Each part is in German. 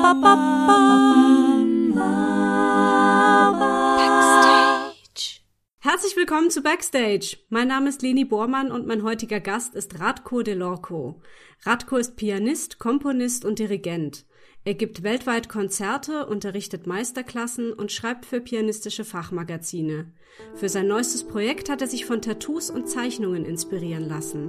Backstage. Herzlich willkommen zu Backstage. Mein Name ist Leni Bormann und mein heutiger Gast ist Radko Delorco. Radko ist Pianist, Komponist und Dirigent. Er gibt weltweit Konzerte, unterrichtet Meisterklassen und schreibt für pianistische Fachmagazine. Für sein neuestes Projekt hat er sich von Tattoos und Zeichnungen inspirieren lassen.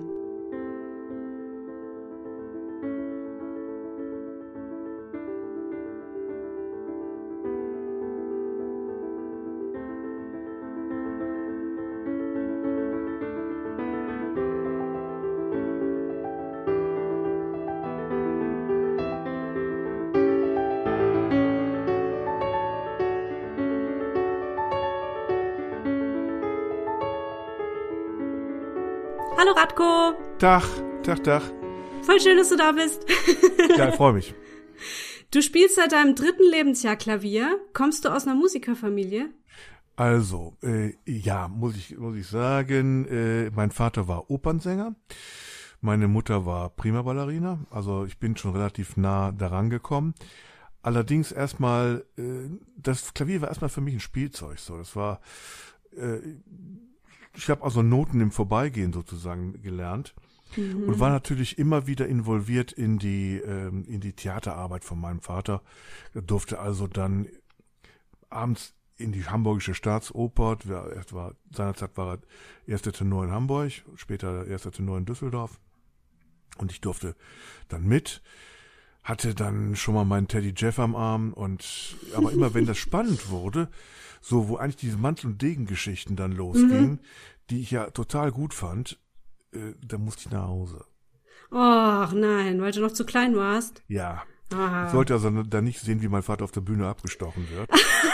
Hallo Radko! Tag. Voll schön, dass du da bist. Ja, ich freue mich. Du spielst seit deinem 3. Lebensjahr Klavier. Kommst du aus einer Musikerfamilie? Also, ja, muss ich sagen, mein Vater war Opernsänger, meine Mutter war Prima-Ballerina, also ich bin schon relativ nah daran gekommen. Allerdings erstmal, das Klavier war erstmal für mich ein Spielzeug, so, das war, ich habe also Noten im Vorbeigehen sozusagen gelernt und war natürlich immer wieder involviert in die Theaterarbeit von meinem Vater. Er durfte also dann abends in die Hamburgische Staatsoper. Seinerzeit war er erster Tenor in Hamburg, später erster Tenor in Düsseldorf. Und ich durfte dann mit, hatte dann schon mal meinen Teddy Jeff am Arm aber immer wenn das spannend wurde, so wo eigentlich diese Mantel- und Degen-Geschichten dann losgingen, die ich ja total gut fand, da musste ich nach Hause. Och nein, weil du noch zu klein warst? Ja. Aha. Ich sollte also da nicht sehen, wie mein Vater auf der Bühne abgestochen wird.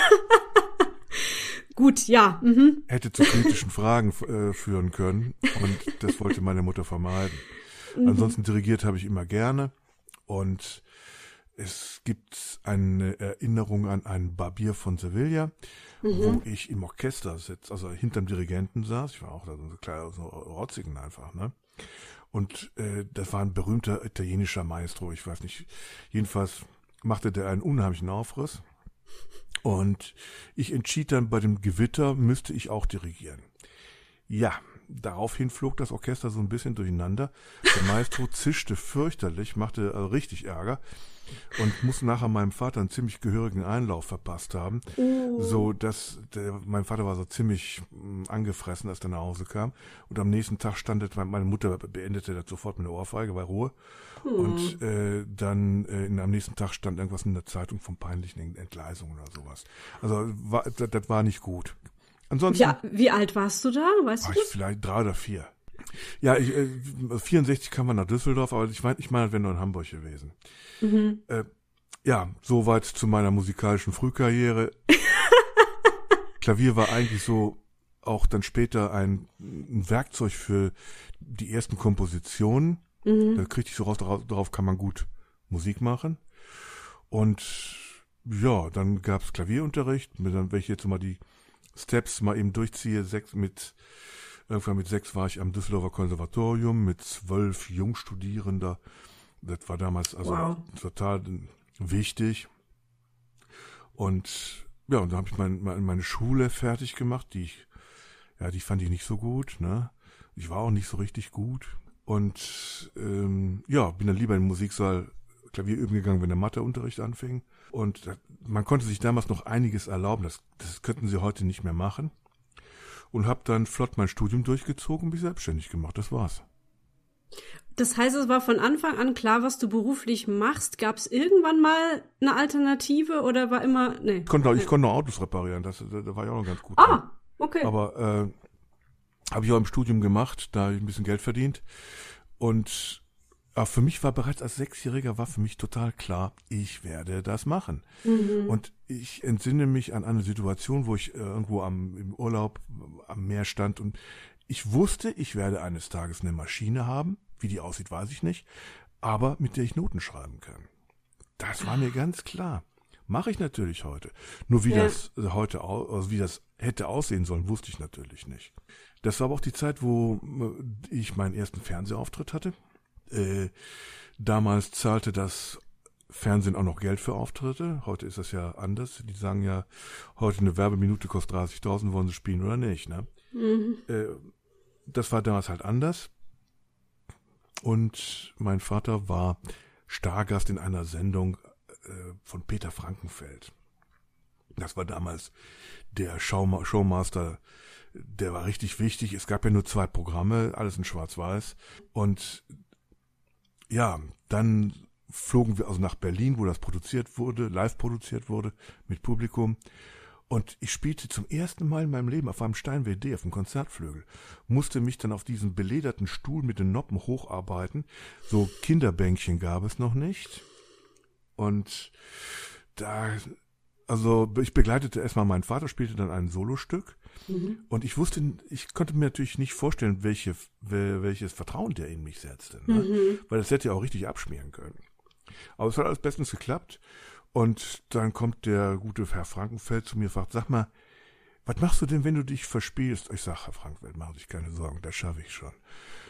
Gut, ja. Hätte zu kritischen Fragen führen können und das wollte meine Mutter vermeiden. Ansonsten dirigiert habe ich immer gerne und es gibt eine Erinnerung an einen Barbier von Sevilla, wo ich im Orchester sitze, also hinterm Dirigenten saß. Ich war auch da so kleiner, so rotzigen einfach, ne? Und das war ein berühmter italienischer Maestro, ich weiß nicht. Jedenfalls machte der einen unheimlichen Aufriss. Und ich entschied dann, bei dem Gewitter müsste ich auch dirigieren. Ja, daraufhin flog das Orchester so ein bisschen durcheinander. Der Maestro zischte fürchterlich, machte richtig Ärger und musste nachher meinem Vater einen ziemlich gehörigen Einlauf verpasst haben. So dass mein Vater war so ziemlich angefressen, als er nach Hause kam. Und am nächsten Tag meine Mutter beendete das sofort mit einer Ohrfeige bei Ruhe. Und dann am nächsten Tag stand irgendwas in der Zeitung von peinlichen Entgleisungen oder sowas. Also das war nicht gut. Ansonsten, Ja, wie alt warst du da? Weißt du das? Vielleicht 3 oder 4. Ja, 64 kam man nach Düsseldorf, aber ich meine, das wäre nur in Hamburg gewesen. Ja, soweit zu meiner musikalischen Frühkarriere. Klavier war eigentlich so auch dann später ein Werkzeug für die ersten Kompositionen. Da kriegte ich so raus, darauf kann man gut Musik machen. Und ja, dann gab's Klavierunterricht, wenn ich jetzt mal die Steps mal eben durchziehe, irgendwann mit 6 war ich am Düsseldorfer Konservatorium mit 12 Jungstudierender. Das war damals total wichtig. Und ja, und da habe ich meine Schule fertig gemacht, die fand ich nicht so gut, ne? Ich war auch nicht so richtig gut. Und bin dann lieber im Musiksaal Klavier üben gegangen, wenn der Matheunterricht anfing. Und man konnte sich damals noch einiges erlauben. Das könnten sie heute nicht mehr machen. Und habe dann flott mein Studium durchgezogen und mich selbstständig gemacht. Das war's. Das heißt, es war von Anfang an klar, was du beruflich machst. Gab es irgendwann mal eine Alternative oder war immer... Nee. Ich konnte noch Autos reparieren. Da war ich auch noch ganz gut. Okay. Aber habe ich auch im Studium gemacht. Da habe ich ein bisschen Geld verdient. Und aber für mich war bereits als 6-Jähriger total klar, ich werde das machen. Und ich entsinne mich an eine Situation, wo ich irgendwo im Urlaub am Meer stand und ich wusste, ich werde eines Tages eine Maschine haben. Wie die aussieht, weiß ich nicht. Aber mit der ich Noten schreiben kann. Das war mir ganz klar. Mache ich natürlich heute. Nur wie das hätte aussehen sollen, wusste ich natürlich nicht. Das war aber auch die Zeit, wo ich meinen ersten Fernsehauftritt hatte. Damals zahlte das Fernsehen auch noch Geld für Auftritte. Heute ist das ja anders. Die sagen ja, heute eine Werbeminute kostet 30.000, wollen sie spielen oder nicht, ne? Das war damals halt anders. Und mein Vater war Stargast in einer Sendung von Peter Frankenfeld. Das war damals der Showmaster, der war richtig wichtig. Es gab ja nur 2 Programme, alles in Schwarz-Weiß. Und ja, dann flogen wir also nach Berlin, wo das produziert wurde, live produziert wurde, mit Publikum. Und ich spielte zum ersten Mal in meinem Leben auf einem Stein-WD, auf dem Konzertflügel. Musste mich dann auf diesen belederten Stuhl mit den Noppen hocharbeiten. So Kinderbänkchen gab es noch nicht. Und ich begleitete erstmal meinen Vater, spielte dann ein Solostück. Und ich konnte mir natürlich nicht vorstellen, welches Vertrauen der in mich setzte. Ne? Weil das hätte ja auch richtig abschmieren können. Aber es hat alles bestens geklappt. Und dann kommt der gute Herr Frankenfeld zu mir und fragt, sag mal, was machst du denn, wenn du dich verspielst? Ich sag, Herr Frankenfeld, machen Sie sich keine Sorgen, das schaffe ich schon.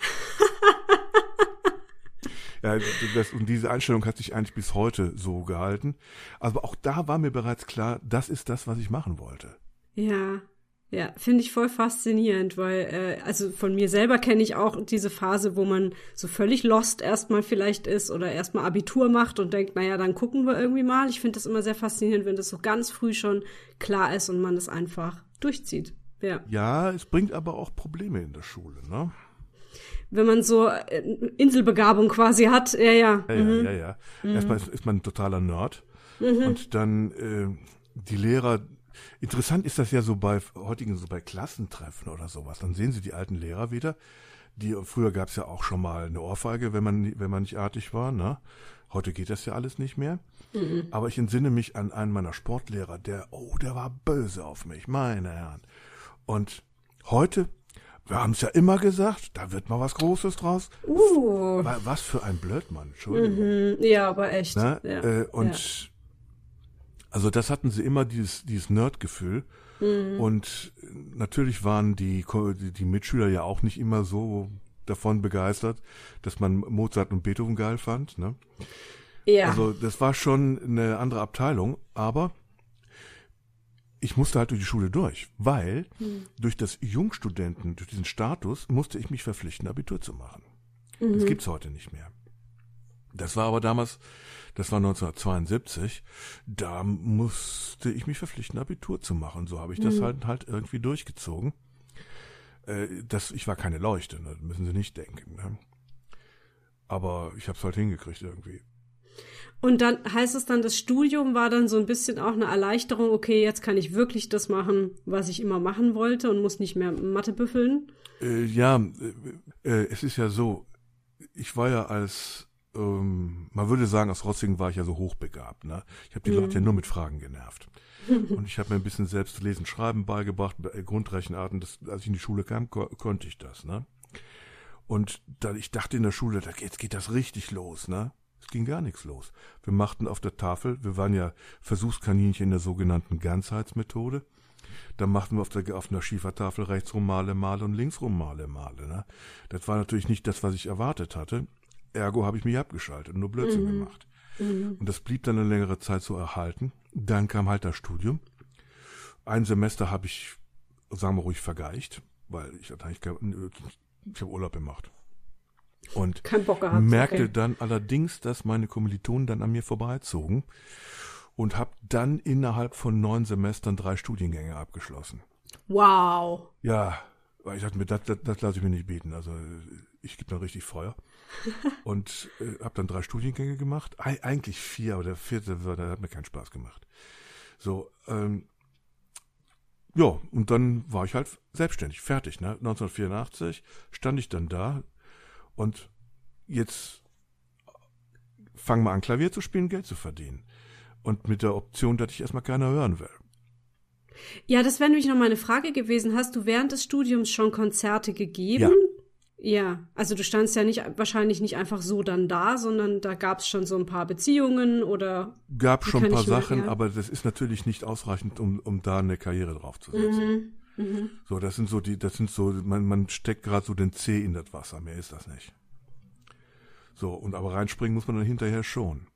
Ja, und diese Einstellung hat sich eigentlich bis heute so gehalten. Aber auch da war mir bereits klar, das ist das, was ich machen wollte. Ja, finde ich voll faszinierend, weil, also von mir selber kenne ich auch diese Phase, wo man so völlig lost erstmal vielleicht ist oder erstmal Abitur macht und denkt, naja, dann gucken wir irgendwie mal. Ich finde das immer sehr faszinierend, wenn das so ganz früh schon klar ist und man das einfach durchzieht. Ja, es bringt aber auch Probleme in der Schule, ne? Wenn man so Inselbegabung quasi hat, ja. Ja. Erstmal ist man ein totaler Nerd. Und dann die Lehrer. Interessant ist das ja so bei Klassentreffen oder sowas. Dann sehen Sie die alten Lehrer wieder. Früher gab es ja auch schon mal eine Ohrfeige, wenn man nicht artig war. Ne? Heute geht das ja alles nicht mehr. Aber ich entsinne mich an einen meiner Sportlehrer, der war böse auf mich, meine Herren. Und heute, wir haben es ja immer gesagt, da wird mal was Großes draus. Was für ein Blödmann, Entschuldigung. Ja, aber echt. Ne? Also das hatten sie immer, dieses Nerd-Gefühl. Und natürlich waren die Mitschüler ja auch nicht immer so davon begeistert, dass man Mozart und Beethoven geil fand. Ne? Ja. Also das war schon eine andere Abteilung, aber ich musste halt durch die Schule durch, weil durch das Jungstudenten, durch diesen Status, musste ich mich verpflichten, Abitur zu machen. Das gibt's heute nicht mehr. Das war aber damals, das war 1972, da musste ich mich verpflichten, Abitur zu machen. So habe ich das halt irgendwie durchgezogen. Ich war keine Leuchte, ne? Müssen Sie nicht denken. Ne? Aber ich habe es halt hingekriegt irgendwie. Und dann heißt es dann, das Studium war dann so ein bisschen auch eine Erleichterung, okay, jetzt kann ich wirklich das machen, was ich immer machen wollte und muss nicht mehr Mathe büffeln? Es ist ja so, ich war ja man würde sagen, aus Rossingen war ich ja so hochbegabt. Ne? Ich habe die Leute ja nur mit Fragen genervt. Und ich habe mir ein bisschen selbst Lesen, Schreiben beigebracht, Grundrechenarten. Als ich in die Schule kam, konnte ich das. Ne? Und ich dachte in der Schule, jetzt geht das richtig los. Ne? Es ging gar nichts los. Wir machten auf der Tafel, wir waren ja Versuchskaninchen in der sogenannten Ganzheitsmethode. Da machten wir auf einer Schiefertafel rechtsrum Male und linksrum Male. Ne? Das war natürlich nicht das, was ich erwartet hatte. Ergo habe ich mich abgeschaltet und nur Blödsinn gemacht. Und das blieb dann eine längere Zeit so erhalten. Dann kam halt das Studium. Ein Semester habe ich, sagen wir ruhig, vergeicht, weil ich habe Urlaub gemacht. Und kein Bock gehabt, merkte dann allerdings, dass meine Kommilitonen dann an mir vorbeizogen und habe dann innerhalb von 9 Semestern 3 Studiengänge abgeschlossen. Wow. Ja, weil ich dachte mir, das lasse ich mir nicht bieten. Also ich gebe dann richtig Feuer. Und habe dann 3 Studiengänge gemacht. Eigentlich 4, aber der 4. Der hat mir keinen Spaß gemacht. So, ja, und dann war ich halt selbstständig, fertig. Ne? 1984 stand ich dann da und jetzt fangen wir an, Klavier zu spielen, Geld zu verdienen. Und mit der Option, dass ich erstmal keiner hören will. Ja, das wäre nämlich noch mal eine Frage gewesen. Hast du während des Studiums schon Konzerte gegeben? Ja, also du standst ja wahrscheinlich nicht einfach so dann da, sondern da gab es schon so ein paar Beziehungen oder... Gab schon ein paar Sachen, aber das ist natürlich nicht ausreichend, um da eine Karriere draufzusetzen. So, man steckt gerade so den Zeh in das Wasser, mehr ist das nicht. So, aber reinspringen muss man dann hinterher schon.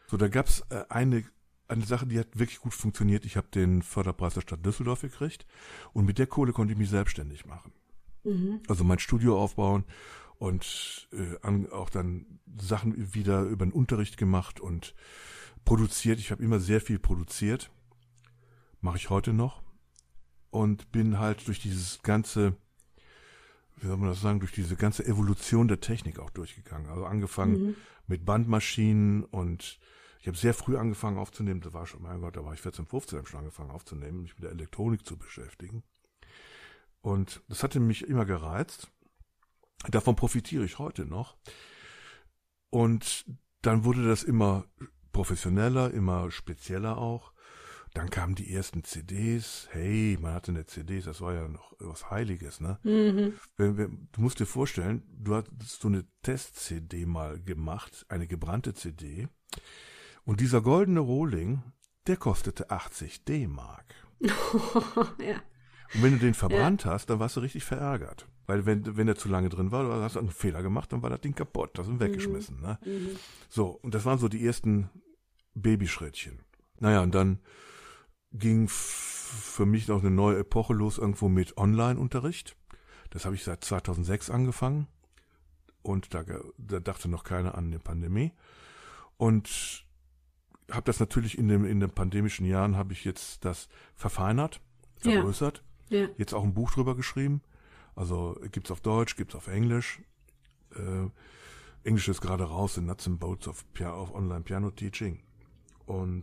So, da gab's eine Sache, die hat wirklich gut funktioniert. Ich habe den Förderpreis der Stadt Düsseldorf gekriegt und mit der Kohle konnte ich mich selbstständig machen. Also mein Studio aufbauen und auch dann Sachen wieder über den Unterricht gemacht und produziert. Ich habe immer sehr viel produziert, mache ich heute noch und bin halt durch dieses ganze, wie soll man das sagen, durch diese ganze Evolution der Technik auch durchgegangen. Also angefangen mit Bandmaschinen und ich habe sehr früh angefangen aufzunehmen. Das war schon, mein Gott, da war ich 14, 15, habe schon angefangen aufzunehmen, mich mit der Elektronik zu beschäftigen. Und das hatte mich immer gereizt. Davon profitiere ich heute noch. Und dann wurde das immer professioneller, immer spezieller auch. Dann kamen die ersten CDs. Hey, man hatte eine CD, das war ja noch was Heiliges, ne? Du musst dir vorstellen, du hattest so eine Test-CD mal gemacht, eine gebrannte CD. Und dieser goldene Rohling, der kostete 80 D-Mark. Ja. Und wenn du den verbrannt hast, dann warst du richtig verärgert. Weil wenn der zu lange drin war, du hast einen Fehler gemacht, dann war das Ding kaputt, das ist weggeschmissen. Ne? So, und das waren so die ersten Babyschrittchen. Naja, und dann ging für mich noch eine neue Epoche los, irgendwo mit Online-Unterricht. Das habe ich seit 2006 angefangen. Und da dachte noch keiner an eine Pandemie. Und habe das natürlich in den pandemischen Jahren, habe ich jetzt das verfeinert, vergrößert. Ja. Jetzt auch ein Buch drüber geschrieben. Also gibt's auf Deutsch, gibt's auf Englisch. Englisch ist gerade raus, in Nuts and Bolts of Online Piano Teaching. Und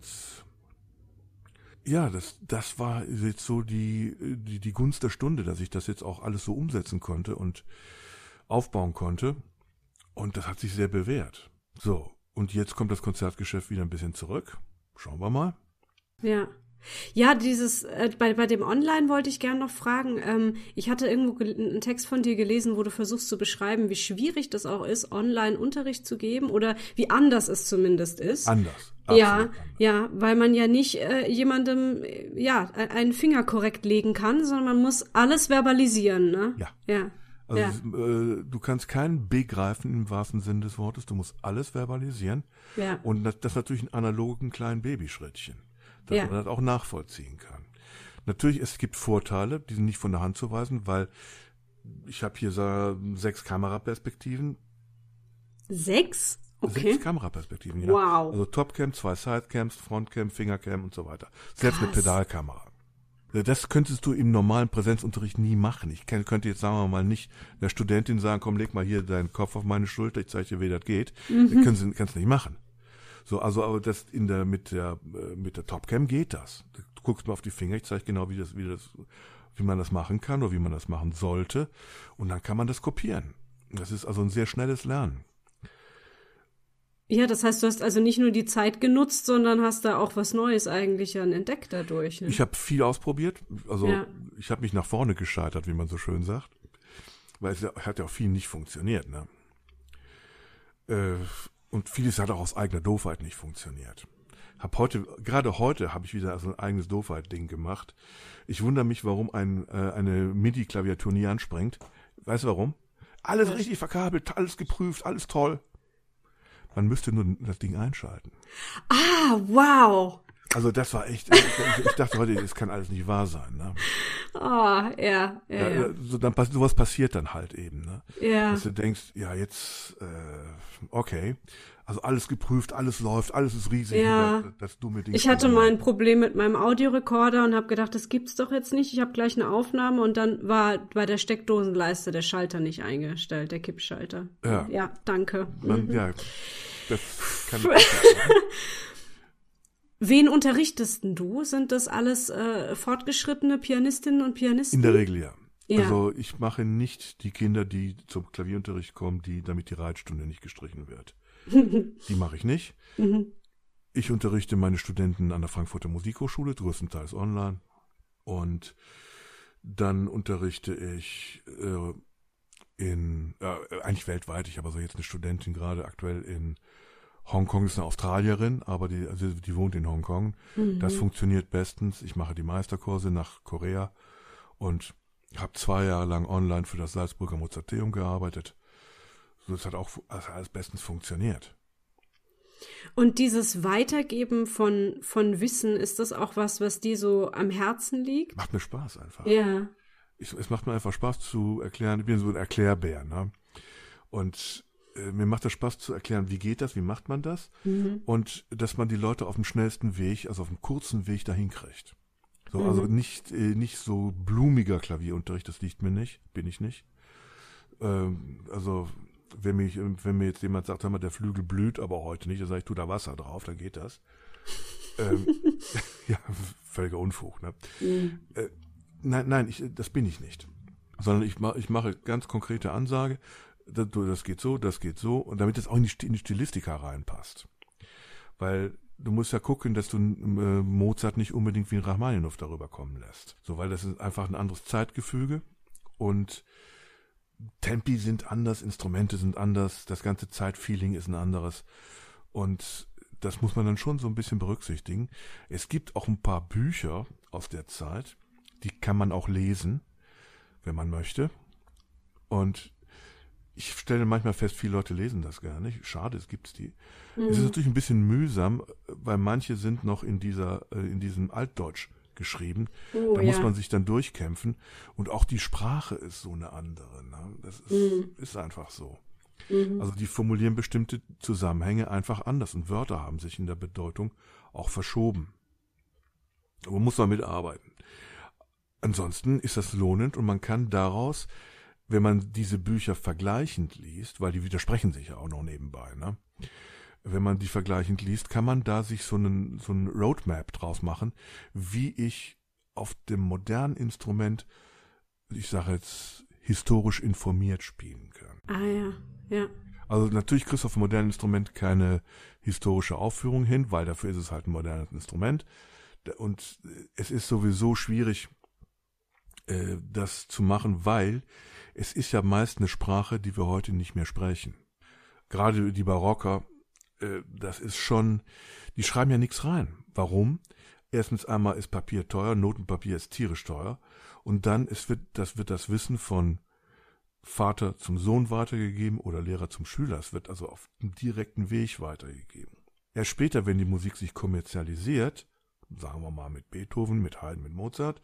ja, das war jetzt so die Gunst der Stunde, dass ich das jetzt auch alles so umsetzen konnte und aufbauen konnte. Und das hat sich sehr bewährt. So, und jetzt kommt das Konzertgeschäft wieder ein bisschen zurück. Schauen wir mal. Ja. Ja, bei dem Online wollte ich gerne noch fragen, ich hatte irgendwo einen Text von dir gelesen, wo du versuchst zu beschreiben, wie schwierig das auch ist, Online-Unterricht zu geben oder wie anders es zumindest ist. Anders. Ja, anders. Ja, weil man ja nicht jemandem einen Finger korrekt legen kann, sondern man muss alles verbalisieren, ne? Ja. Also du kannst keinen begreifen im wahrsten Sinne des Wortes, du musst alles verbalisieren. Ja. Und das natürlich in analogen kleinen Babyschrittchen, dass man das auch nachvollziehen kann. Natürlich, es gibt Vorteile, die sind nicht von der Hand zu weisen, weil ich habe hier 6 Kameraperspektiven. 6? Okay. 6 Kameraperspektiven, ja. Wow. Also Topcam, 2 Sidecams, Frontcam, Fingercam und so weiter. Selbst eine Pedalkamera. Das könntest du im normalen Präsenzunterricht nie machen. Ich könnte jetzt, sagen wir mal, nicht der Studentin sagen, komm, leg mal hier deinen Kopf auf meine Schulter, ich zeige dir, wie das geht. Kannst du nicht machen. So, also aber das mit der Topcam geht das. Du guckst mal auf die Finger, ich zeige genau, wie man das machen kann oder wie man das machen sollte. Und dann kann man das kopieren. Das ist also ein sehr schnelles Lernen. Ja, das heißt, du hast also nicht nur die Zeit genutzt, sondern hast da auch was Neues eigentlich dann entdeckt dadurch. Ne? Ich habe viel ausprobiert. Also ich habe mich nach vorne gescheitert, wie man so schön sagt. Weil es hat ja auch viel nicht funktioniert. Ne? Und vieles hat auch aus eigener Doofheit nicht funktioniert. Gerade heute habe ich wieder so ein eigenes Doofheit-Ding gemacht. Ich wundere mich, warum eine MIDI-Klaviatur nie anspringt. Weißt du warum? Alles richtig verkabelt, alles geprüft, alles toll. Man müsste nur das Ding einschalten. Ah, wow. Also das war echt, ich dachte heute, das kann alles nicht wahr sein. Ne? Ja. Sowas passiert dann halt eben. Ne? Ja. Dass du denkst, ja jetzt, okay, also alles geprüft, alles läuft, alles ist riesig. Ja. Das dumme Ding. Ich hatte mal ein Problem mit meinem Audiorekorder und habe gedacht, das gibt's doch jetzt nicht. Ich habe gleich eine Aufnahme und dann war bei der Steckdosenleiste der Schalter nicht eingestellt, der Kippschalter. Ja, danke. Ja, das kann ich nicht sagen. Wen unterrichtest denn du? Sind das alles fortgeschrittene Pianistinnen und Pianisten? In der Regel ja. Also ich mache nicht die Kinder, die zum Klavierunterricht kommen, damit die Reitstunde nicht gestrichen wird. Die mache ich nicht. Ich unterrichte meine Studenten an der Frankfurter Musikhochschule, größtenteils online. Und dann unterrichte ich eigentlich weltweit. Ich habe also jetzt eine Studentin gerade aktuell in Hongkong, ist eine Australierin, aber die wohnt in Hongkong. Das funktioniert bestens. Ich mache die Meisterkurse nach Korea und habe 2 Jahre lang online für das Salzburger Mozarteum gearbeitet. So, das hat alles bestens funktioniert. Und dieses Weitergeben von Wissen, ist das auch was dir so am Herzen liegt? Macht mir Spaß einfach. Ja. Es macht mir einfach Spaß zu erklären. Ich bin so ein Erklärbär, ne? Und mir macht das Spaß zu erklären, wie geht das, wie macht man das? Und dass man die Leute auf dem schnellsten Weg, also auf dem kurzen Weg dahin kriegt. So, also nicht so blumiger Klavierunterricht, das liegt mir nicht, bin ich nicht. Also wenn mir jetzt jemand sagt, hör mal, der Flügel blüht, aber heute nicht, dann sage ich, tu da Wasser drauf, dann geht das. Ja, völliger Unfug, ne? Nein, das bin ich nicht. Sondern ich mache ganz konkrete Ansage, das geht so, und damit es auch in die Stilistika reinpasst. Weil du musst ja gucken, dass du Mozart nicht unbedingt wie ein Rachmaninow darüber kommen lässt. So, weil das ist einfach ein anderes Zeitgefüge und Tempi sind anders, Instrumente sind anders, das ganze Zeitfeeling ist ein anderes und das muss man dann schon so ein bisschen berücksichtigen. Es gibt auch ein paar Bücher aus der Zeit, die kann man auch lesen, wenn man möchte. Und ich stelle manchmal fest, viele Leute lesen das gar nicht. Schade, es gibt's die. Es ist natürlich ein bisschen mühsam, weil manche sind noch in diesem Altdeutsch geschrieben. Da muss man sich dann durchkämpfen. Und auch die Sprache ist so eine andere. Ne? Das ist einfach so. Also die formulieren bestimmte Zusammenhänge einfach anders. Und Wörter haben sich in der Bedeutung auch verschoben. Aber muss man mitarbeiten. Ansonsten ist das lohnend und man kann daraus, wenn man diese Bücher vergleichend liest, weil die widersprechen sich ja auch noch nebenbei, ne? Wenn man die vergleichend liest, kann man da sich so einen Roadmap draus machen, wie ich auf dem modernen Instrument, ich sage jetzt, historisch informiert spielen kann. Ah ja, ja. Also natürlich kriegst du auf dem modernen Instrument keine historische Aufführung hin, weil dafür ist es halt ein modernes Instrument. Und es ist sowieso schwierig, das zu machen, weil es ist ja meist eine Sprache, die wir heute nicht mehr sprechen. Gerade die Barocker, das ist schon, die schreiben ja nichts rein. Warum? Erstens einmal ist Papier teuer, Notenpapier ist tierisch teuer und dann wird das Wissen von Vater zum Sohn weitergegeben oder Lehrer zum Schüler. Es wird also auf dem direkten Weg weitergegeben. Erst später, wenn die Musik sich kommerzialisiert, sagen wir mal mit Beethoven, mit Haydn, mit Mozart,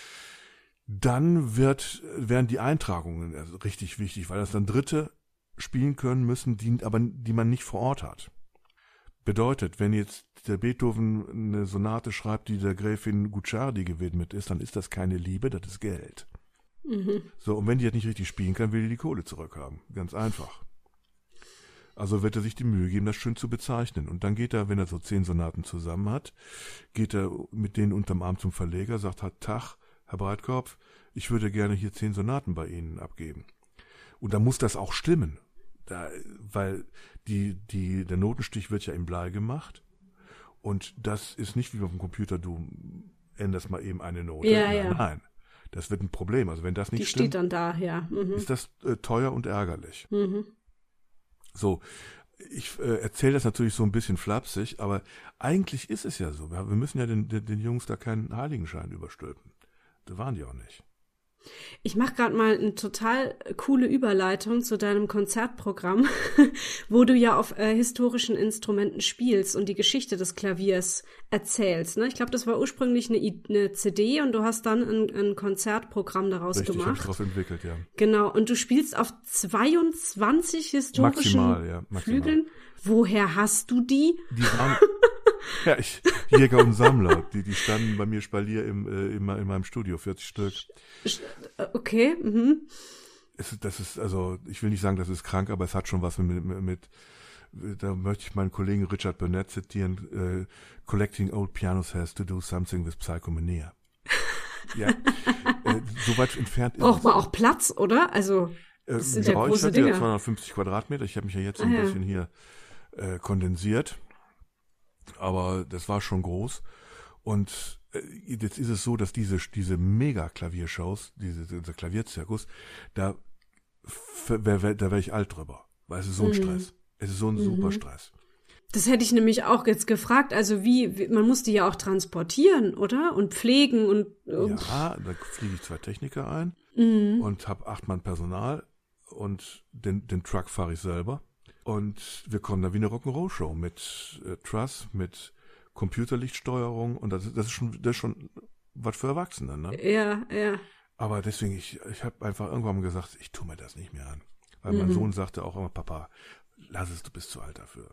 dann werden die Eintragungen richtig wichtig, weil das dann Dritte spielen können müssen, die man nicht vor Ort hat. Bedeutet, wenn jetzt der Beethoven eine Sonate schreibt, die der Gräfin Guicciardi gewidmet ist, dann ist das keine Liebe, das ist Geld. So, und wenn die das nicht richtig spielen kann, will die Kohle zurückhaben. Ganz einfach. Also wird er sich die Mühe geben, das schön zu bezeichnen. Und dann geht er, wenn er so 10 Sonaten zusammen hat, geht er mit denen unterm Arm zum Verleger, sagt, Tag, Herr Breitkopf, ich würde gerne hier 10 Sonaten bei Ihnen abgeben. Und da muss das auch stimmen. Weil der Notenstich wird ja im Blei gemacht. Und das ist nicht wie auf dem Computer, du änderst mal eben eine Note. Ja. Nein, das wird ein Problem. Also wenn das nicht stimmt, steht dann da, ja. Ist das teuer und ärgerlich. So, ich erzähle das natürlich so ein bisschen flapsig, aber eigentlich ist es ja so. Wir müssen ja den Jungs da keinen Heiligenschein überstülpen. Das waren die auch nicht. Ich mache gerade mal eine total coole Überleitung zu deinem Konzertprogramm, wo du ja auf historischen Instrumenten spielst und die Geschichte des Klaviers erzählst. Ne? Ich glaube, das war ursprünglich eine CD und du hast dann ein Konzertprogramm daraus Richtig, gemacht. Richtig, habe ich daraus entwickelt, ja. Genau, und du spielst auf 22 historischen Flügeln. Woher hast du die? Die waren... Ja, Jäger und Sammler, die standen bei mir Spalier in meinem Studio, 40 Stück. Okay. Das ist, also, ich will nicht sagen, das ist krank, aber es hat schon was mit da möchte ich meinen Kollegen Richard Burnett zitieren, collecting old pianos has to do something with psychomania. Ja, so weit entfernt ist Braucht man auch Platz, oder? Also, das sind ja große Dinger. Ich hatte ja 250 Quadratmeter, ich habe mich ja jetzt ein bisschen hier kondensiert. Aber das war schon groß. Und jetzt ist es so, dass diese Mega-Klaviershows, dieser Klavierzirkus, da wäre ich alt drüber. Weil es ist so ein Stress. Es ist so ein super Stress. Das hätte ich nämlich auch jetzt gefragt. Also wie man muss die ja auch transportieren, oder? Und pflegen und... Ja, da fliege ich 2 Techniker ein und habe 8 Mann Personal und den Truck fahre ich selber. Und wir kommen da wie eine Rock'n'Roll-Show mit Truss, mit Computerlichtsteuerung und das ist schon was für Erwachsene, ne? Ja, ja. Aber deswegen, ich habe einfach irgendwann mal gesagt, ich tue mir das nicht mehr an. Weil mein Sohn sagte auch immer, Papa, lass es, du bist zu alt dafür.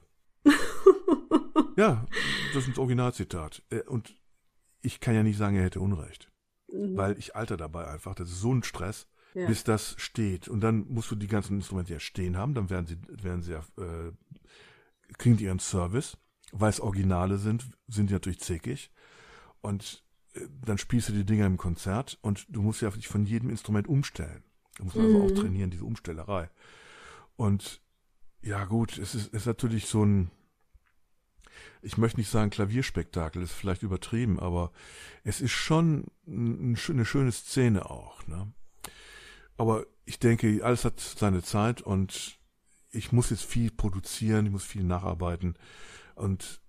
Ja, das ist ein Originalzitat. Und ich kann ja nicht sagen, er hätte Unrecht. Weil ich alter dabei einfach. Das ist so ein Stress, bis das steht. Und dann musst du die ganzen Instrumente ja stehen haben. Dann kriegen die ihren Service. Weil es Originale sind die natürlich zickig. Und dann spielst du die Dinger im Konzert und du musst ja dich von jedem Instrument umstellen. Da muss man also auch trainieren, diese Umstellerei. Und ja gut, es ist natürlich so ein, ich möchte nicht sagen Klavierspektakel, ist vielleicht übertrieben, aber es ist schon eine schöne Szene auch. Ne? Aber ich denke, alles hat seine Zeit und ich muss jetzt viel produzieren, ich muss viel nacharbeiten und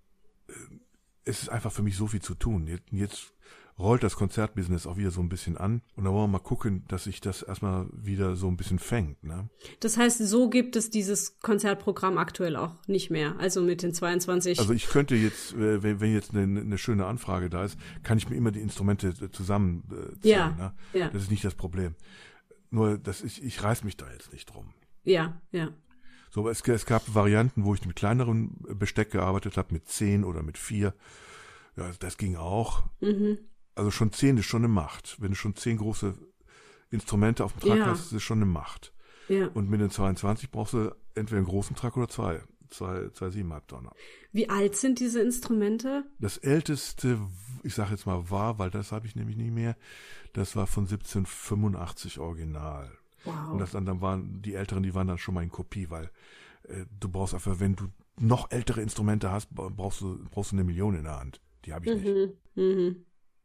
es ist einfach für mich so viel zu tun. Jetzt rollt das Konzertbusiness auch wieder so ein bisschen an und da wollen wir mal gucken, dass sich das erstmal wieder so ein bisschen fängt. Ne? Das heißt, so gibt es dieses Konzertprogramm aktuell auch nicht mehr, also mit den 22. Also ich könnte jetzt, wenn jetzt eine schöne Anfrage da ist, kann ich mir immer die Instrumente zusammenzählen. Ja, ne? ja. Das ist nicht das Problem. Nur, ich reiß mich da jetzt nicht drum. Ja, ja. So, es gab Varianten, wo ich mit kleineren Besteck gearbeitet habe, mit 10 oder mit 4. Ja, das ging auch. Also schon 10 ist schon eine Macht. Wenn du schon 10 große Instrumente auf dem Truck hast, ist es schon eine Macht. Ja. Und mit den 22 brauchst du entweder einen großen Truck oder zwei 7,5 Tonner. Wie alt sind diese Instrumente? Das älteste, ich sage jetzt mal war, weil das habe ich nämlich nicht mehr, das war von 1785 Original. Wow. Und dann waren die Älteren, die waren dann schon mal in Kopie, weil du brauchst einfach, wenn du noch ältere Instrumente hast, brauchst du 1 Million in der Hand. Die habe ich nicht.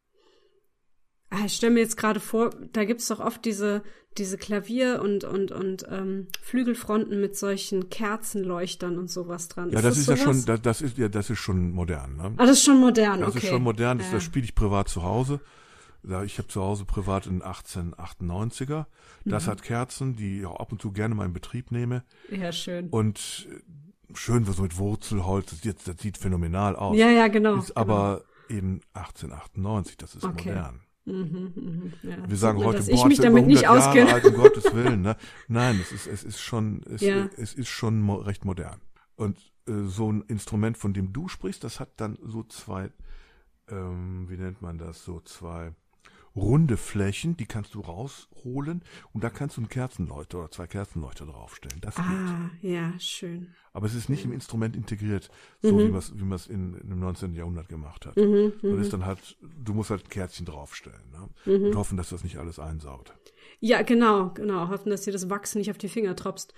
Ich stelle mir jetzt gerade vor, da gibt's doch oft diese Klavier- und Flügelfronten mit solchen Kerzenleuchtern und sowas dran. Ja, das ist ja schon, das ist schon modern. Ne? Ah, das ist schon modern, das okay. Das ist schon modern, das spiele ich privat zu Hause. Ich habe zu Hause privat einen 1898er. Das hat Kerzen, die ich auch ab und zu gerne mal in Betrieb nehme. Ja, schön. Und schön so mit Wurzelholz, das sieht phänomenal aus. Ja, genau. Ist aber eben 1898, das ist modern. Ja. Wir sagen heute, ich mich damit nicht auskenne. Jahre alt, um Gottes Willen. Ne? Nein, es ist schon recht modern. Und so ein Instrument, von dem du sprichst, das hat dann so zwei, wie nennt man das, so zwei runde Flächen, die kannst du rausholen und da kannst du einen Kerzenleuchter oder 2 Kerzenleuchter draufstellen. Das geht. Ja, schön. Aber es ist nicht im Instrument integriert, so wie man es im 19. Jahrhundert gemacht hat. Das ist dann halt, du musst halt ein Kerzchen draufstellen, ne? Und hoffen, dass das nicht alles einsaugt. Ja, genau. Hoffen, dass dir das Wachs nicht auf die Finger tropft.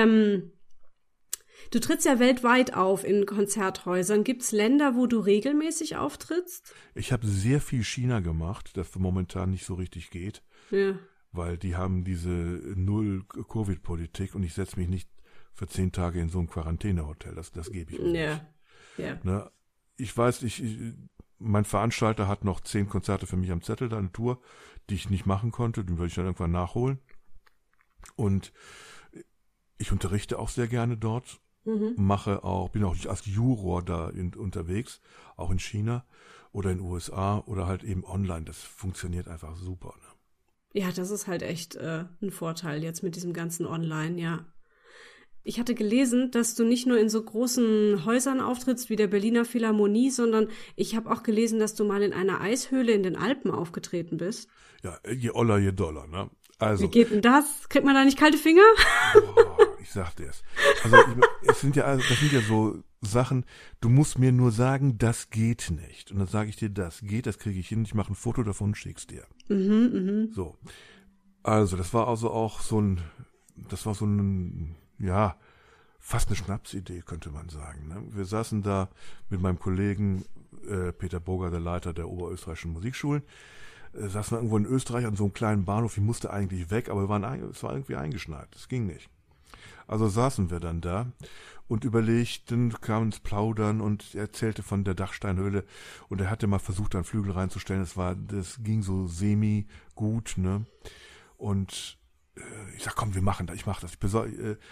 Du trittst ja weltweit auf in Konzerthäusern. Gibt's Länder, wo du regelmäßig auftrittst? Ich habe sehr viel China gemacht, das momentan nicht so richtig geht. Ja. Weil die haben diese Null-Covid-Politik und ich setze mich nicht für 10 Tage in so ein Quarantänehotel. Das gebe ich mir nicht. Ja. Ne? Ich weiß, mein Veranstalter hat noch 10 Konzerte für mich am Zettel, da eine Tour, die ich nicht machen konnte. Den würde ich dann irgendwann nachholen. Und ich unterrichte auch sehr gerne dort. Bin auch als Juror da unterwegs, auch in China oder in den USA oder halt eben online. Das funktioniert einfach super. Ne? Ja, das ist halt echt ein Vorteil jetzt mit diesem ganzen Online, ja. Ich hatte gelesen, dass du nicht nur in so großen Häusern auftrittst wie der Berliner Philharmonie, sondern ich habe auch gelesen, dass du mal in einer Eishöhle in den Alpen aufgetreten bist. Ja, je Oller, je Dollar, ne? Also, wie geht denn das? Kriegt man da nicht kalte Finger? Ich sag dir's. Also das sind ja so Sachen, du musst mir nur sagen, das geht nicht. Und dann sage ich dir, das geht, das kriege ich hin, ich mache ein Foto davon und schick's dir. So. Also, das war also auch so ein, ja, fast eine Schnapsidee, könnte man sagen. Ne? Wir saßen da mit meinem Kollegen Peter Burger, der Leiter der oberösterreichischen Musikschulen, saßen wir irgendwo in Österreich an so einem kleinen Bahnhof, ich musste eigentlich weg, aber es war irgendwie eingeschneit, das ging nicht. Also saßen wir dann da und überlegten, kamen ins Plaudern und er erzählte von der Dachsteinhöhle und er hatte mal versucht, einen Flügel reinzustellen, das ging so semi gut, ne? Und ich sag, komm, wir machen das, ich mach das.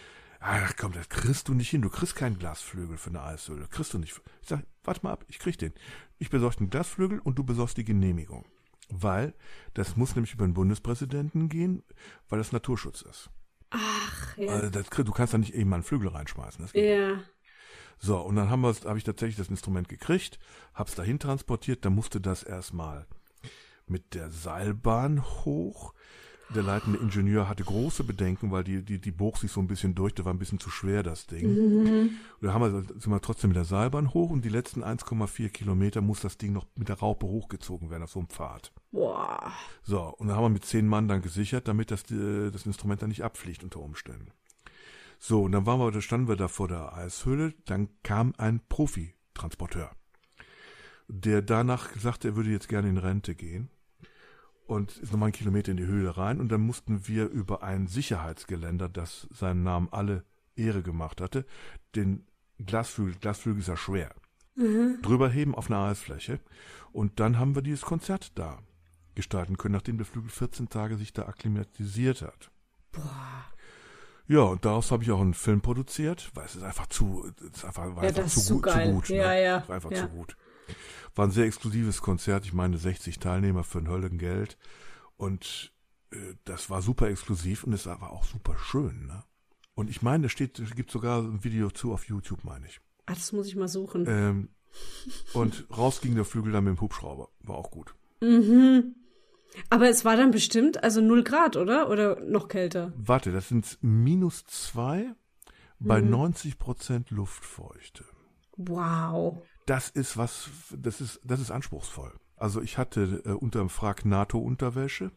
Ach komm, das kriegst du nicht hin. Du kriegst keinen Glasflügel für eine Eishöhle. Kriegst du nicht. Ich sag, warte mal ab, ich krieg den. Ich besorge den Glasflügel und du besorgst die Genehmigung. Weil das muss nämlich über den Bundespräsidenten gehen, weil das Naturschutz ist. Ach, ja. Also du kannst da nicht eben mal einen Flügel reinschmeißen. Das geht nicht. Ja. So, und dann habe ich tatsächlich das Instrument gekriegt, hab's dahin transportiert, dann musste das erstmal mit der Seilbahn hoch. Der leitende Ingenieur hatte große Bedenken, weil die bog sich so ein bisschen durch, der war ein bisschen zu schwer, das Ding. Und da sind wir trotzdem mit der Seilbahn hoch und die letzten 1,4 Kilometer muss das Ding noch mit der Raupe hochgezogen werden auf so einem Pfad. Boah. So, und dann haben wir mit 10 Mann dann gesichert, damit das Instrument dann nicht abfliegt unter Umständen. So, und dann standen wir da vor der Eishöhle, dann kam ein Profitransporteur, der danach sagte, er würde jetzt gerne in Rente gehen und ist nochmal 1 Kilometer in die Höhle rein und dann mussten wir über ein Sicherheitsgeländer, das seinem Namen alle Ehre gemacht hatte, den Glasflügel ist ja schwer, drüber heben auf einer Eisfläche und dann haben wir dieses Konzert da gestalten können, nachdem der Flügel 14 Tage sich da akklimatisiert hat. Boah. Ja, und daraus habe ich auch einen Film produziert, weil es ist einfach zu gut. Ja, ja. Es war einfach zu gut. War ein sehr exklusives Konzert, ich meine 60 Teilnehmer für ein Höllengeld und das war super exklusiv und es war auch super schön. Ne? Und ich meine, es gibt sogar ein Video zu auf YouTube, meine ich. Ah, das muss ich mal suchen. Und raus ging der Flügel dann mit dem Hubschrauber, war auch gut. Mhm. Aber es war dann bestimmt, also 0 Grad, oder? Oder noch kälter? Warte, das sind -2 bei 90% Luftfeuchte. Wow. Das ist anspruchsvoll. Also ich hatte unterm Frack NATO-Unterwäsche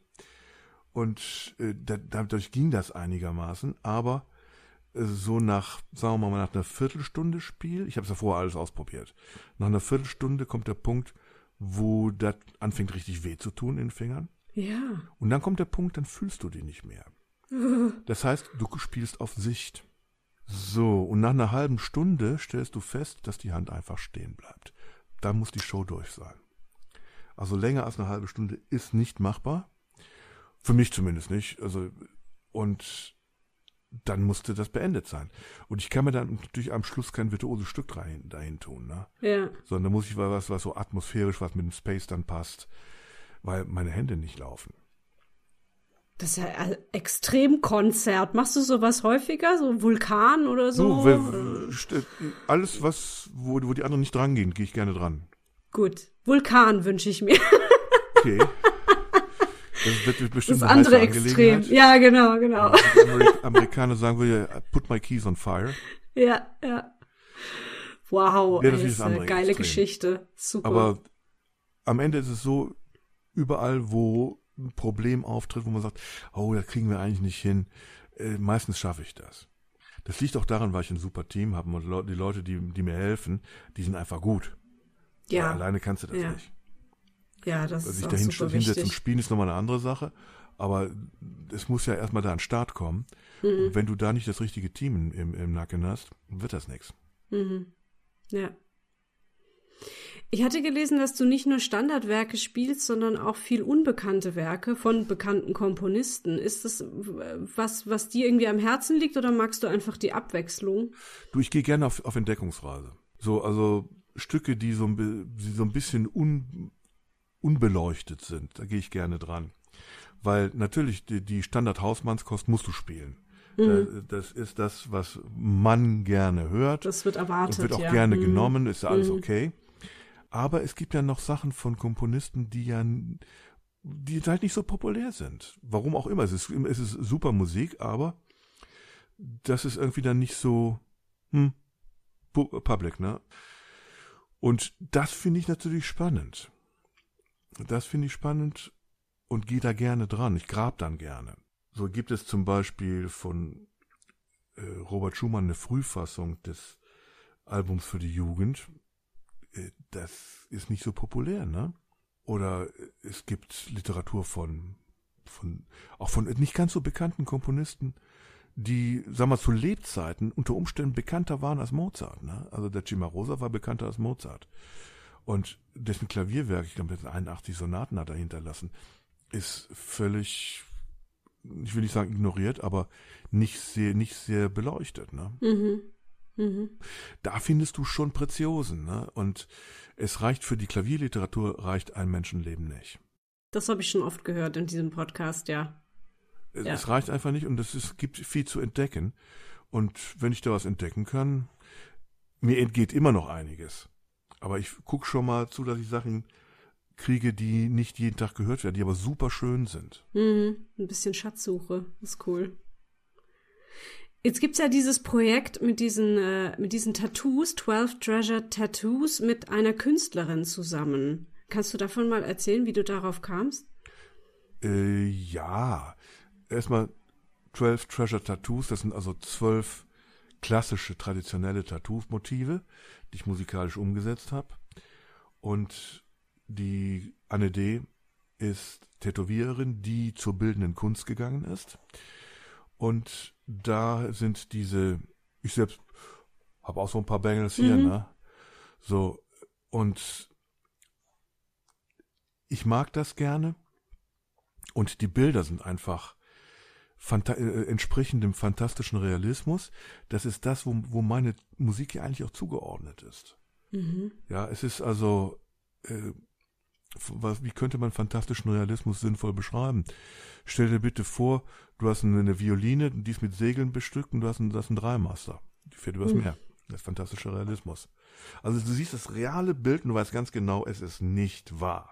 und dadurch ging das einigermaßen, aber so nach, sagen wir mal, nach einer Viertelstunde Spiel, ich habe es ja vorher alles ausprobiert, nach einer Viertelstunde kommt der Punkt, wo das anfängt richtig weh zu tun in den Fingern. Ja. Und dann kommt der Punkt, dann fühlst du die nicht mehr. Das heißt, du spielst auf Sicht. So, und nach einer halben Stunde stellst du fest, dass die Hand einfach stehen bleibt. Da muss die Show durch sein. Also länger als eine halbe Stunde ist nicht machbar. Für mich zumindest nicht. Also, und dann musste das beendet sein. Und ich kann mir dann natürlich am Schluss kein virtuoses Stück dahin tun, ne? Ja. Sondern da muss ich was so atmosphärisch, was mit dem Space dann passt, weil meine Hände nicht laufen. Das ist ja ein Extremkonzert. Machst du sowas häufiger? So Vulkan oder so? Alles, wo die anderen nicht dran gehen, gehe ich gerne dran. Gut. Vulkan wünsche ich mir. Okay. Das wird bestimmt das andere Extrem. Ja, genau. Die Amerikaner sagen wir, put my keys on fire. Ja. Wow, ja, das ist eine geile Extrem. Geschichte. Super. Aber am Ende ist es so, überall, wo ein Problem auftritt, wo man sagt, oh, das kriegen wir eigentlich nicht hin, meistens schaffe ich das. Das liegt auch daran, weil ich ein super Team habe und die Leute, die mir helfen, die sind einfach gut. Ja. Weil alleine kannst du das nicht. Ja, das ist sich auch da super hinsetzen wichtig. und spielen ist nochmal eine andere Sache, aber es muss ja erstmal da an den Start kommen. Und wenn du da nicht das richtige Team im Nacken hast, wird das nichts. Ja. Ich hatte gelesen, dass du nicht nur Standardwerke spielst, sondern auch viel unbekannte Werke von bekannten Komponisten. Ist das was dir irgendwie am Herzen liegt oder magst du einfach die Abwechslung? Du, ich gehe gerne auf Entdeckungsreise. Also Stücke, die so ein bisschen unbeleuchtet sind, da gehe ich gerne dran. Weil natürlich die Standard-Hausmannskost musst du spielen. Das ist das, was man gerne hört. Das wird erwartet, und wird auch gerne genommen, ist ja alles okay. Aber es gibt ja noch Sachen von Komponisten, die halt nicht so populär sind. Warum auch immer. Es ist super Musik, aber das ist irgendwie dann nicht so public, ne? Und das finde ich natürlich spannend. Und gehe da gerne dran. Ich grab dann gerne. So gibt es zum Beispiel von Robert Schumann eine Frühfassung des Albums für die Jugend. Das ist nicht so populär, ne? Oder es gibt Literatur von nicht ganz so bekannten Komponisten, die, sagen wir mal, zu Lebzeiten unter Umständen bekannter waren als Mozart, ne? Also der Cimarosa war bekannter als Mozart. Und dessen Klavierwerk, ich glaube, 81 Sonaten hat er hinterlassen, ist völlig ich will nicht sagen ignoriert, aber nicht sehr beleuchtet. Ne? Da findest du schon Preziosen. Ne? Und es reicht für die Klavierliteratur, reicht ein Menschenleben nicht. Das habe ich schon oft gehört in diesem Podcast, ja. Es reicht einfach nicht und es gibt viel zu entdecken. Und wenn ich da was entdecken kann, mir entgeht immer noch einiges. Aber ich gucke schon mal zu, dass ich Sachen kriege, die nicht jeden Tag gehört werden, die aber super schön sind. Ein bisschen Schatzsuche, ist cool. Jetzt gibt's ja dieses Projekt mit diesen Tattoos, 12 Treasure Tattoos, mit einer Künstlerin zusammen. Kannst du davon mal erzählen, wie du darauf kamst? Ja, erstmal 12 Treasure Tattoos, das sind also 12 klassische, traditionelle Tattoo-Motive, die ich musikalisch umgesetzt habe. Und die Anne D. ist Tätowiererin, die zur bildenden Kunst gegangen ist. Und da sind ich selbst habe auch so ein paar Bangles hier, ne? So, und ich mag das gerne. Und die Bilder sind einfach entsprechend dem fantastischen Realismus. Das ist das, wo meine Musik ja eigentlich auch zugeordnet ist. Ja, es ist also, wie könnte man fantastischen Realismus sinnvoll beschreiben? Stell dir bitte vor, du hast eine Violine, die ist mit Segeln bestückt und du hast einen Dreimaster. Die fährt übers Meer. Das ist fantastischer Realismus. Also du siehst das reale Bild und du weißt ganz genau, es ist nicht wahr.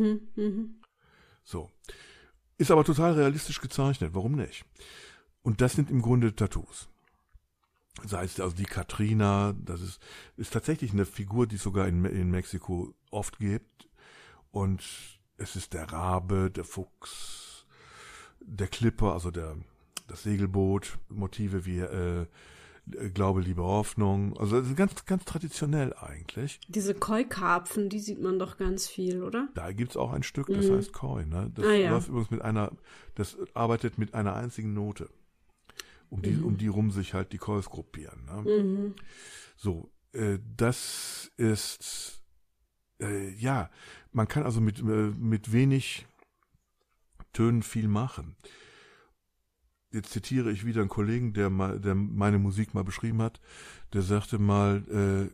So. Ist aber total realistisch gezeichnet. Warum nicht? Und das sind im Grunde Tattoos. Sei es also die Katrina, das ist tatsächlich eine Figur, die es sogar in Mexiko oft gibt. Und es ist der Rabe, der Fuchs, der Clipper, also das Segelboot, Motive wie Glaube, Liebe, Hoffnung. Also das ist ganz, ganz traditionell eigentlich. Diese Koi-Karpfen, die sieht man doch ganz viel, oder? Da gibt's auch ein Stück, das heißt Koi. Ne? Das läuft übrigens das arbeitet mit einer einzigen Note. Um die rum sich halt die Kois gruppieren. Ne? So, das ist, ja, man kann also mit wenig Tönen viel machen. Jetzt zitiere ich wieder einen Kollegen, der meine Musik mal beschrieben hat. Der sagte mal,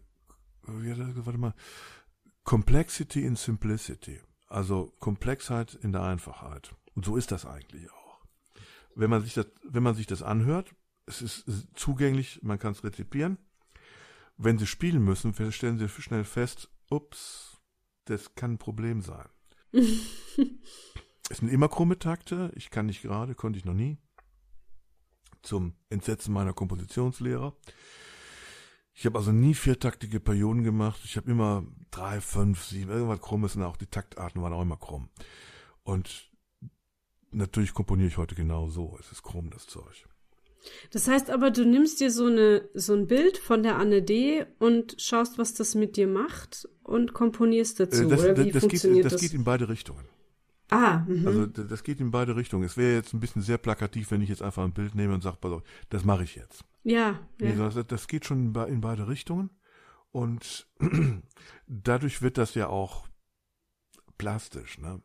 Complexity in Simplicity. Also Komplexheit in der Einfachheit. Und so ist das eigentlich auch. Wenn man sich das anhört, es ist zugänglich, man kann es rezipieren. Wenn Sie spielen müssen, stellen Sie schnell fest, ups, das kann ein Problem sein. Es sind immer krumme Takte. Ich kann nicht gerade, konnte ich noch nie. Zum Entsetzen meiner Kompositionslehrer. Ich habe also nie viertaktige Perioden gemacht. Ich habe immer 3, 5, 7, irgendwas Krummes und auch die Taktarten waren auch immer krumm. Und natürlich komponiere ich heute genau so. Es ist krumm, das Zeug. Das heißt aber, du nimmst dir so ein Bild von der Anne D. und schaust, was das mit dir macht und komponierst dazu, oder wie funktioniert das? Das geht in beide Richtungen. Also das geht in beide Richtungen. Es wäre jetzt ein bisschen sehr plakativ, wenn ich jetzt einfach ein Bild nehme und sage, pass auf, das mache ich jetzt. Ja. Das geht schon in beide Richtungen und dadurch wird das ja auch plastisch. Ne?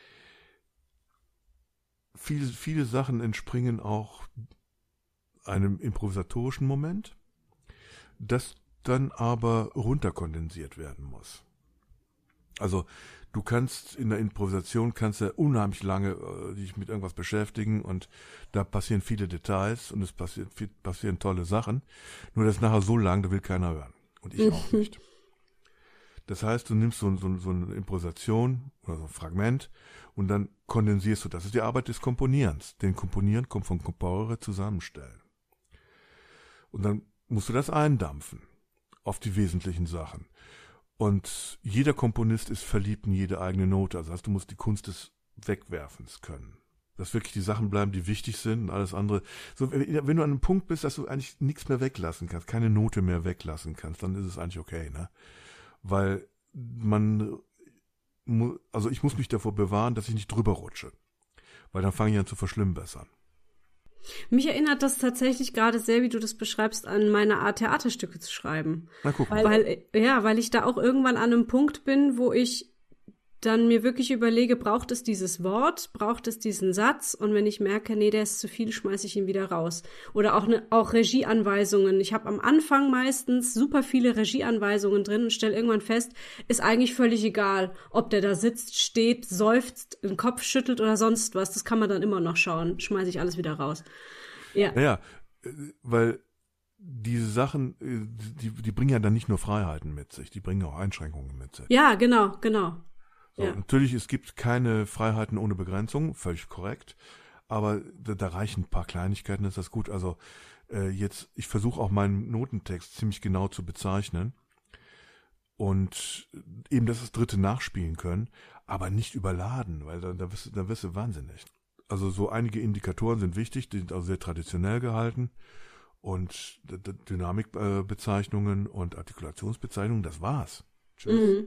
Viele Sachen entspringen auch einem improvisatorischen Moment, das dann aber runterkondensiert werden muss. Also du kannst in der Improvisation unheimlich lange dich mit irgendwas beschäftigen und da passieren viele Details und es passieren tolle Sachen. Nur das ist nachher so lang, da will keiner hören. Und ich auch nicht. Das heißt, du nimmst so eine Improvisation oder so ein Fragment und dann kondensierst du. Das ist die Arbeit des Komponierens. Den Komponieren kommt von Comporre, zusammenstellen. Und dann musst du das eindampfen auf die wesentlichen Sachen. Und jeder Komponist ist verliebt in jede eigene Note. Also du musst die Kunst des Wegwerfens können. Dass wirklich die Sachen bleiben, die wichtig sind und alles andere. So, wenn du an einem Punkt bist, dass du eigentlich nichts mehr weglassen kannst, keine Note mehr weglassen kannst, dann ist es eigentlich okay, ne? Weil ich muss mich davor bewahren, dass ich nicht drüber rutsche. Weil dann fange ich an zu verschlimmbessern. Mich erinnert das tatsächlich gerade sehr, wie du das beschreibst, an meine Art, Theaterstücke zu schreiben. Na, guck mal. Weil ich da auch irgendwann an einem Punkt bin, wo ich dann mir wirklich überlege, braucht es dieses Wort, braucht es diesen Satz? Und wenn ich merke, nee, der ist zu viel, schmeiße ich ihn wieder raus. Oder auch Regieanweisungen. Ich habe am Anfang meistens super viele Regieanweisungen drin und stelle irgendwann fest, ist eigentlich völlig egal, ob der da sitzt, steht, seufzt, den Kopf schüttelt oder sonst was. Das kann man dann immer noch schauen. Schmeiße ich alles wieder raus. Ja. Naja, weil diese Sachen, die bringen ja dann nicht nur Freiheiten mit sich, die bringen auch Einschränkungen mit sich. Ja, genau. So, Ja. natürlich, es gibt keine Freiheiten ohne Begrenzung, völlig korrekt, aber da reichen ein paar Kleinigkeiten, ist das gut. Also ich versuche auch meinen Notentext ziemlich genau zu bezeichnen und eben, dass das Dritte nachspielen können, aber nicht überladen, weil da wirst du wahnsinnig. Also so einige Indikatoren sind wichtig, die sind auch sehr traditionell gehalten und Dynamikbezeichnungen und Artikulationsbezeichnungen, das war's. Tschüss.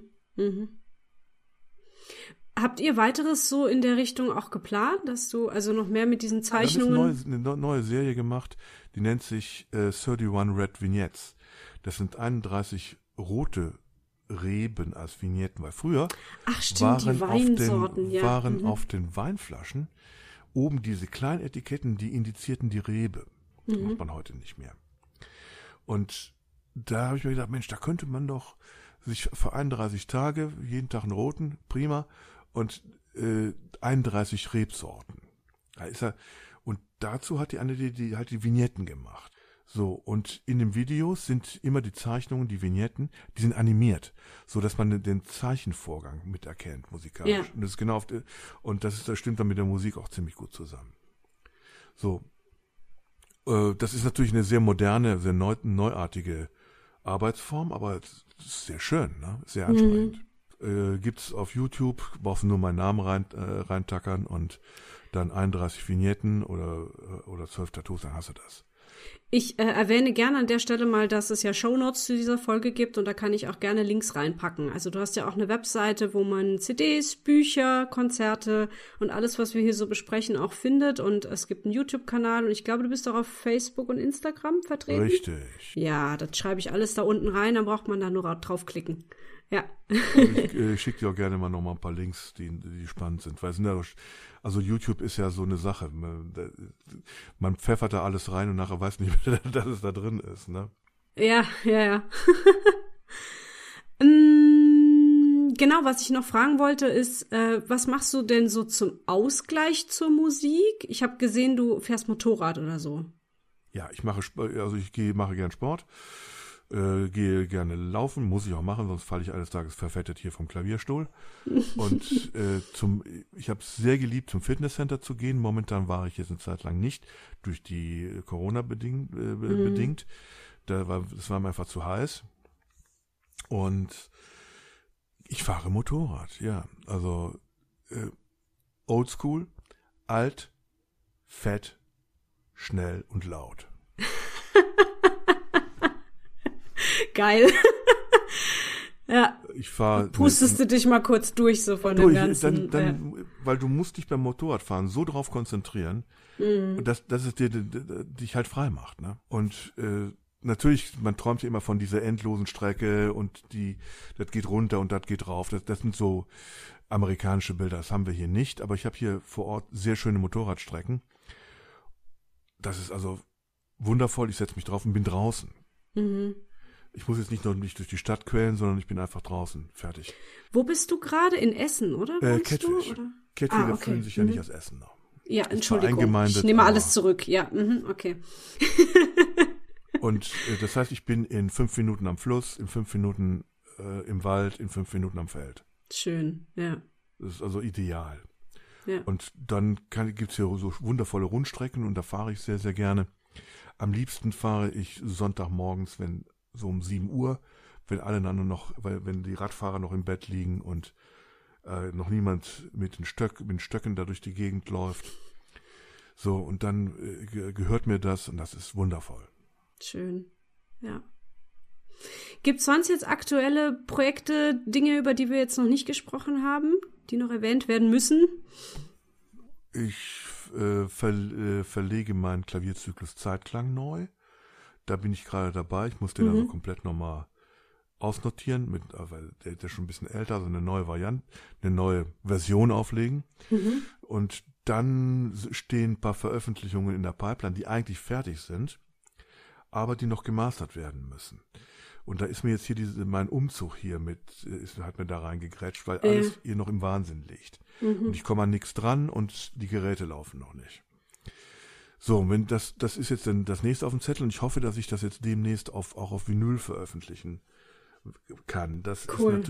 Habt ihr weiteres so in der Richtung auch geplant, dass du also noch mehr mit diesen Zeichnungen? Da habe ich eine neue Serie gemacht, die nennt sich 31 Red Vignettes. Das sind 31 rote Reben als Vignetten, weil früher die Weinsorten, waren auf den Weinflaschen oben diese kleinen Etiketten, die indizierten die Rebe. Das macht man heute nicht mehr. Und da habe ich mir gedacht, Mensch, da könnte man doch sich für 31 Tage, jeden Tag einen roten, prima, und 31 Rebsorten. Und dazu hat die eine die halt die Vignetten gemacht. So, und in den Videos sind immer die Zeichnungen, die Vignetten, die sind animiert, so dass man den Zeichenvorgang miterkennt, musikalisch. Ja. Und das ist genau das stimmt dann mit der Musik auch ziemlich gut zusammen. So, das ist natürlich eine sehr moderne, sehr neuartige Arbeitsform, aber es ist sehr schön, ne? Sehr ansprechend. Gibt's auf YouTube, brauchst du nur meinen Namen reintackern und dann 31 Vignetten oder 12 Tattoos, dann hast du das. Ich erwähne gerne an der Stelle mal, dass es ja Shownotes zu dieser Folge gibt und da kann ich auch gerne Links reinpacken. Also du hast ja auch eine Webseite, wo man CDs, Bücher, Konzerte und alles, was wir hier so besprechen, auch findet. Und es gibt einen YouTube-Kanal und ich glaube, du bist auch auf Facebook und Instagram vertreten. Richtig. Ja, das schreibe ich alles da unten rein, dann braucht man da nur draufklicken. Ja. Ich schicke dir auch gerne mal noch mal ein paar Links, die spannend sind. Weil also YouTube ist ja so eine Sache. Man pfeffert da alles rein und nachher weiß nicht mehr, dass es da drin ist, ne? Ja. Genau, was ich noch fragen wollte, ist, was machst du denn so zum Ausgleich zur Musik? Ich habe gesehen, du fährst Motorrad oder so. Ja, mache gern Sport. Gehe gerne laufen, muss ich auch machen, sonst falle ich eines Tages verfettet hier vom Klavierstuhl. Und ich habe es sehr geliebt, zum Fitnesscenter zu gehen. Momentan war ich jetzt eine Zeit lang nicht, durch die Corona bedingt. Es war mir einfach zu heiß. Und ich fahre Motorrad, ja. Also oldschool, alt, fett, schnell und laut. Geil. Ja. Pustest du dich mal kurz durch so von dem ganzen. Weil du musst dich beim Motorradfahren so drauf konzentrieren, dass es dich halt frei macht, ne? Und natürlich, man träumt ja immer von dieser endlosen Strecke und das geht runter und das geht rauf. Das sind so amerikanische Bilder, das haben wir hier nicht, aber ich habe hier vor Ort sehr schöne Motorradstrecken. Das ist also wundervoll, ich setze mich drauf und bin draußen. Ich muss jetzt nicht nur durch die Stadt quälen, sondern ich bin einfach draußen. Fertig. Wo bist du gerade? In Essen, oder? Kettwig. Kettwiger fühlen sich ja nicht als Essen. Ja, Entschuldigung. Ich nehme alles zurück. Ja, okay. Und das heißt, ich bin in 5 Minuten am Fluss, in 5 Minuten im Wald, in 5 Minuten am Feld. Schön, ja. Das ist also ideal. Ja. Und dann gibt's hier so wundervolle Rundstrecken und da fahre ich sehr, sehr gerne. Am liebsten fahre ich Sonntagmorgens, so um 7 Uhr, wenn die Radfahrer noch im Bett liegen und noch niemand mit den Stöcken da durch die Gegend läuft. So, und dann gehört mir das und das ist wundervoll. Schön, ja. Gibt's sonst jetzt aktuelle Projekte, Dinge, über die wir jetzt noch nicht gesprochen haben, die noch erwähnt werden müssen? Ich verlege meinen Klavierzyklus Zeitklang neu. Da bin ich gerade dabei. Ich muss den also komplett nochmal ausnotieren, weil der ist schon ein bisschen älter, also eine neue Variante, eine neue Version auflegen. Und dann stehen ein paar Veröffentlichungen in der Pipeline, die eigentlich fertig sind, aber die noch gemastert werden müssen. Und da ist mir jetzt hier mein Umzug hier hat mir da reingegrätscht, weil alles hier noch im Wahnsinn liegt. Und ich komme an nichts dran und die Geräte laufen noch nicht. So, wenn das ist jetzt dann das nächste auf dem Zettel und ich hoffe, dass ich das jetzt demnächst auch auf Vinyl veröffentlichen kann. Das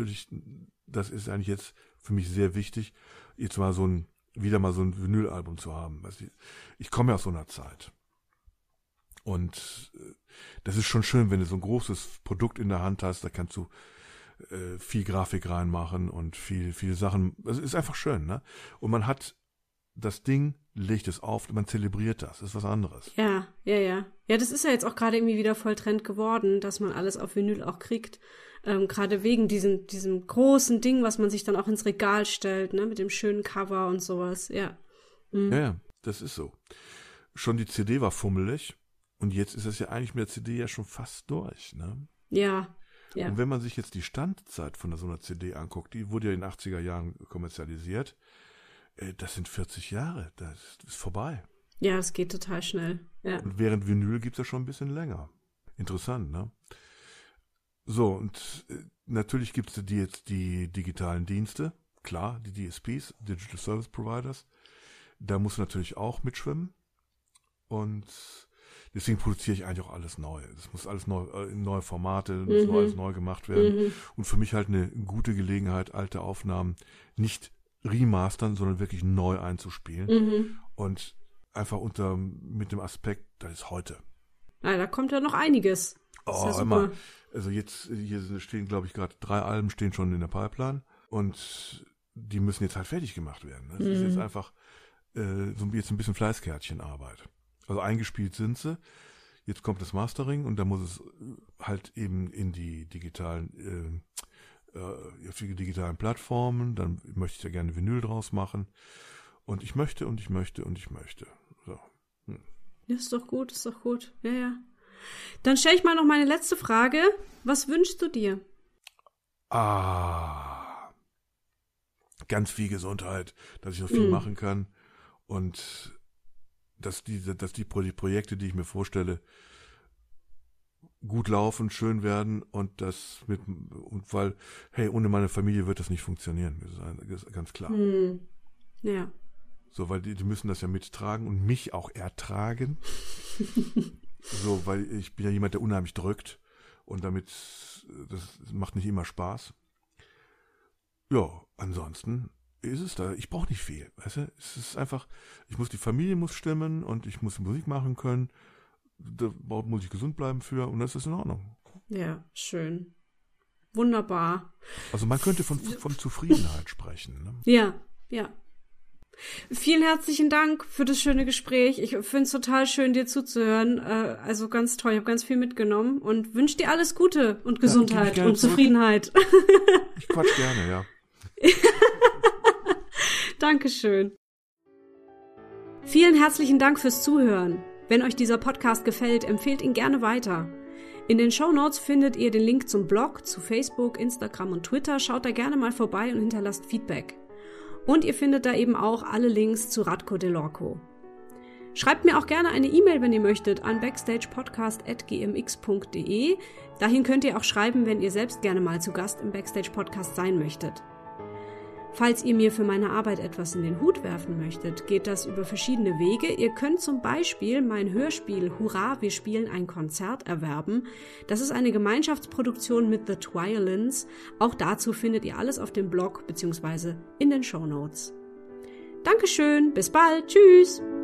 ist eigentlich jetzt für mich sehr wichtig, jetzt mal wieder mal so ein Vinylalbum zu haben. Ich komme ja aus so einer Zeit. Und das ist schon schön, wenn du so ein großes Produkt in der Hand hast, da kannst du viel Grafik reinmachen und viel Sachen. Das ist einfach schön, ne? Und man hat das Ding, legt es auf, man zelebriert das ist was anderes. Ja. Ja, das ist ja jetzt auch gerade irgendwie wieder voll Trend geworden, dass man alles auf Vinyl auch kriegt. Gerade wegen diesem großen Ding, was man sich dann auch ins Regal stellt, ne, mit dem schönen Cover und sowas, ja. Ja, das ist so. Schon die CD war fummelig und jetzt ist es ja eigentlich mit der CD ja schon fast durch, ne? Ja. Und wenn man sich jetzt die Standzeit von so einer CD anguckt, die wurde ja in den 80er Jahren kommerzialisiert, das sind 40 Jahre, das ist vorbei. Ja, es geht total schnell. Ja. Und während Vinyl gibt's ja schon ein bisschen länger. Interessant, ne? So, und natürlich gibt's jetzt die digitalen Dienste, klar, die DSPs, Digital Service Providers. Da muss natürlich auch mitschwimmen. Und deswegen produziere ich eigentlich auch alles neu. Das muss alles neu, neue Formate, muss alles neu gemacht werden. Und für mich halt eine gute Gelegenheit, alte Aufnahmen nicht remastern, sondern wirklich neu einzuspielen. Und einfach mit dem Aspekt, das ist heute. Ja, da kommt ja noch einiges. Ja immer. Also hier stehen, glaube ich, gerade 3 Alben stehen schon in der Pipeline und die müssen jetzt halt fertig gemacht werden. Das ist jetzt einfach jetzt ein bisschen Fleißkärtchenarbeit. Also eingespielt sind sie. Jetzt kommt das Mastering und da muss es halt eben in die digitalen auf die digitalen Plattformen, dann möchte ich da gerne Vinyl draus machen. Und ich möchte. So. Ist doch gut. Ja. Dann stelle ich mal noch meine letzte Frage. Was wünschst du dir? Ganz viel Gesundheit, dass ich noch viel machen kann und dass die Projekte, die ich mir vorstelle, gut laufen, schön werden und weil, hey, ohne meine Familie wird das nicht funktionieren. Das ist ganz klar. Ja. So, weil die müssen das ja mittragen und mich auch ertragen. So, weil ich bin ja jemand, der unheimlich drückt und das macht nicht immer Spaß. Ja, ansonsten ist es da. Ich brauche nicht viel, weißt du? Es ist einfach, die Familie muss stimmen und ich muss Musik machen können. Da muss ich gesund bleiben für und das ist in Ordnung. Ja, schön. Wunderbar. Also man könnte von Zufriedenheit sprechen. Ne? Ja. Vielen herzlichen Dank für das schöne Gespräch. Ich finde es total schön, dir zuzuhören. Also ganz toll. Ich habe ganz viel mitgenommen und wünsche dir alles Gute und Gesundheit und Zufriedenheit. Ich quatsch gerne, ja. Dankeschön. Vielen herzlichen Dank fürs Zuhören. Wenn euch dieser Podcast gefällt, empfehlt ihn gerne weiter. In den Shownotes findet ihr den Link zum Blog, zu Facebook, Instagram und Twitter. Schaut da gerne mal vorbei und hinterlasst Feedback. Und ihr findet da eben auch alle Links zu Radko Delorco. Schreibt mir auch gerne eine E-Mail, wenn ihr möchtet, an backstagepodcast@gmx.de. Dahin könnt ihr auch schreiben, wenn ihr selbst gerne mal zu Gast im Backstage-Podcast sein möchtet. Falls ihr mir für meine Arbeit etwas in den Hut werfen möchtet, geht das über verschiedene Wege. Ihr könnt zum Beispiel mein Hörspiel Hurra, wir spielen ein Konzert erwerben. Das ist eine Gemeinschaftsproduktion mit The Twiolins. Auch dazu findet ihr alles auf dem Blog bzw. in den Shownotes. Dankeschön, bis bald, tschüss!